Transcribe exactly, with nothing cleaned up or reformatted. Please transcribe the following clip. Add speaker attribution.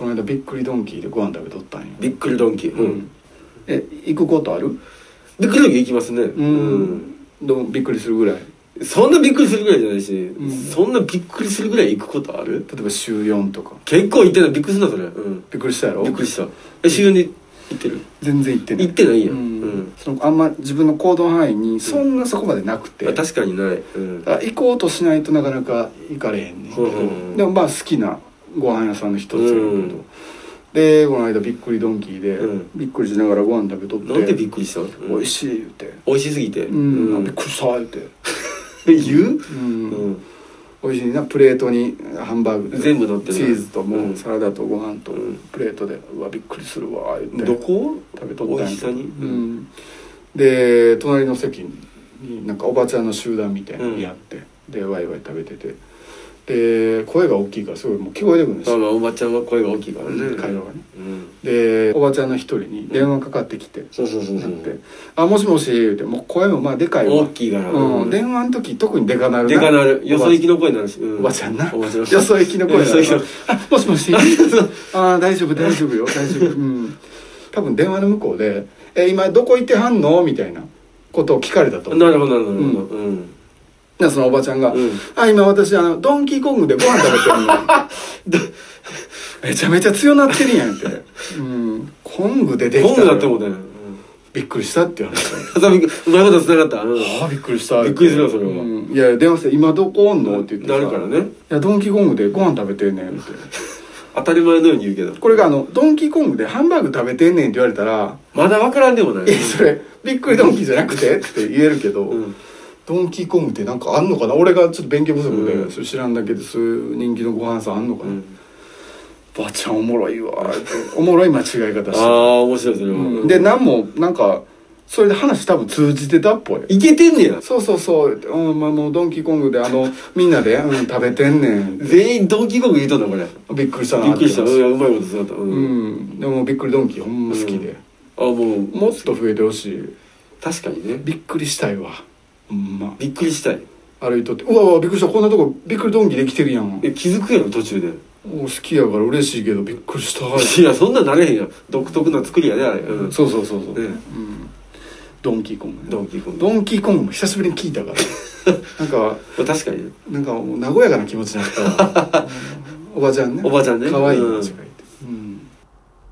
Speaker 1: この間びっくりドンキーでご飯食べとったんよ。
Speaker 2: びっくりドンキー、うん、
Speaker 1: え行くことある？
Speaker 2: びっくりドンキー行きますね。
Speaker 1: うん、どうびっくりするぐらい？
Speaker 2: そんなびっくりするぐらいじゃないし、
Speaker 1: うん、
Speaker 2: そんなびっくりするぐらい行くことある？
Speaker 1: 例えば週よんとか。
Speaker 2: 結構行ってない。びっくりするなそれ、うん、
Speaker 1: びっくりしたやろ？
Speaker 2: びっくりした。え週よんで行ってる？
Speaker 1: 全然行ってない。
Speaker 2: 行ってないやん、
Speaker 1: うん
Speaker 2: うん、
Speaker 1: そのあんま自分の行動範囲にそんなそこまでなくて、
Speaker 2: うん、確かにない、うん、
Speaker 1: 行こうとしないとなかなか行かれへんねんけど、うん、でもまあ好きなご飯屋さんの一つやけど、うん、でこの間びっくりドンキーで、うん、びっくりしながらご飯食べとって、
Speaker 2: なんでびっくりしたの？
Speaker 1: 美味しい言うて、
Speaker 2: 美味しすぎて、
Speaker 1: うんうん、びっくりした言うて
Speaker 2: 言う、
Speaker 1: うんうん、美味しいな。プレートにハンバーグ
Speaker 2: 全部乗ってる、
Speaker 1: チーズともうサラダとご飯とプレートで、うわびっくりするわ言って、
Speaker 2: どこ
Speaker 1: 食べとったんやけど、
Speaker 2: 美味しさに、
Speaker 1: うん、で隣の席になんかおばちゃんの集団みたいなのやって、うん、でワイワイ食べてて、で声が大きいからすごいもう聞こえてくるんですよ。
Speaker 2: まあまあおばちゃんは声が大きいからね、
Speaker 1: 会話がね、
Speaker 2: うん、
Speaker 1: でおばちゃんの一人に電話かかってきて、
Speaker 2: そうそうそうそう、
Speaker 1: あもしもし言うて、もう声もまあでかいわ、
Speaker 2: 大きいから、
Speaker 1: うん、電話の時特にでかなるな、
Speaker 2: でかなる、よそ行きの声になるし、
Speaker 1: おばちゃんな、
Speaker 2: おばちゃん
Speaker 1: よそ行きの声になるあもしもしあ大丈夫大丈夫よ大丈夫、うん、多分電話の向こうで「え今どこ行ってはんの?」みたいなことを聞かれたと思う。
Speaker 2: なるほどなるほど、うんうん、
Speaker 1: でそのおばちゃんが「
Speaker 2: うん、
Speaker 1: あ今私あのドンキーコングでご飯食べてるのめちゃめちゃ強なってるやん」って、うん、コングでできたら
Speaker 2: コングだって思ったよ、うん、
Speaker 1: びっくりしたっていう話
Speaker 2: うまいことつながった、うん、
Speaker 1: はあびっくりした
Speaker 2: びっくりするよそれは、うん、
Speaker 1: いや電話して「今どこおんの?」って言って
Speaker 2: なるからね、
Speaker 1: いやドンキーコングでご飯食べてんねんって
Speaker 2: 当たり前のように言うけど、
Speaker 1: これがあのドンキーコングでハンバーグ食べてんねんって言われたら
Speaker 2: まだ分からんでもない、
Speaker 1: えそれびっくりドンキーじゃなくてって言えるけど、うん、ドンキーコングってなんかあんのかな、俺がちょっと勉強不足で、うん、それ知らんだけでそういう人気のご飯屋さんあんのかな、うん、ばあちゃんおもろいわっておもろい間違い方して
Speaker 2: ああ面白いそれも、
Speaker 1: うん、で何もなんかそれで話多分通じてたっぽい。
Speaker 2: いけてんねや。
Speaker 1: そうそうそう、うんまあ、もうドンキーコングであのみんなで、うん、食べてんねん。
Speaker 2: 全員ドンキーコング言うとんのこれ。
Speaker 1: びっくりしたな。
Speaker 2: びっくりした。うんうまいことすると、うん、
Speaker 1: うん、でもびっくりドンキーほんま好きで、
Speaker 2: うん、あもう
Speaker 1: もっと増えてほしい。
Speaker 2: 確かにね。
Speaker 1: びっくりしたいわほんま。
Speaker 2: びっくりしたい。
Speaker 1: 歩いとってうわうわびっくりした、こんなとこびっくりドンキーできてるやん。
Speaker 2: え気づくやろ途中で。
Speaker 1: お好きやから嬉しいけどびっくりした。
Speaker 2: いやそんなんなれへんやん、独特な作りやねあれ、うん、
Speaker 1: そうそうそうそう、ね、うん、ドンキーコング、ね、
Speaker 2: ドンキーコング
Speaker 1: ドンキーコングも久しぶりに聞いたからなんか
Speaker 2: 確かに
Speaker 1: なんかもう和やかな気持ちになったわおばちゃんね、
Speaker 2: おばちゃんね
Speaker 1: 可愛い間違い、うん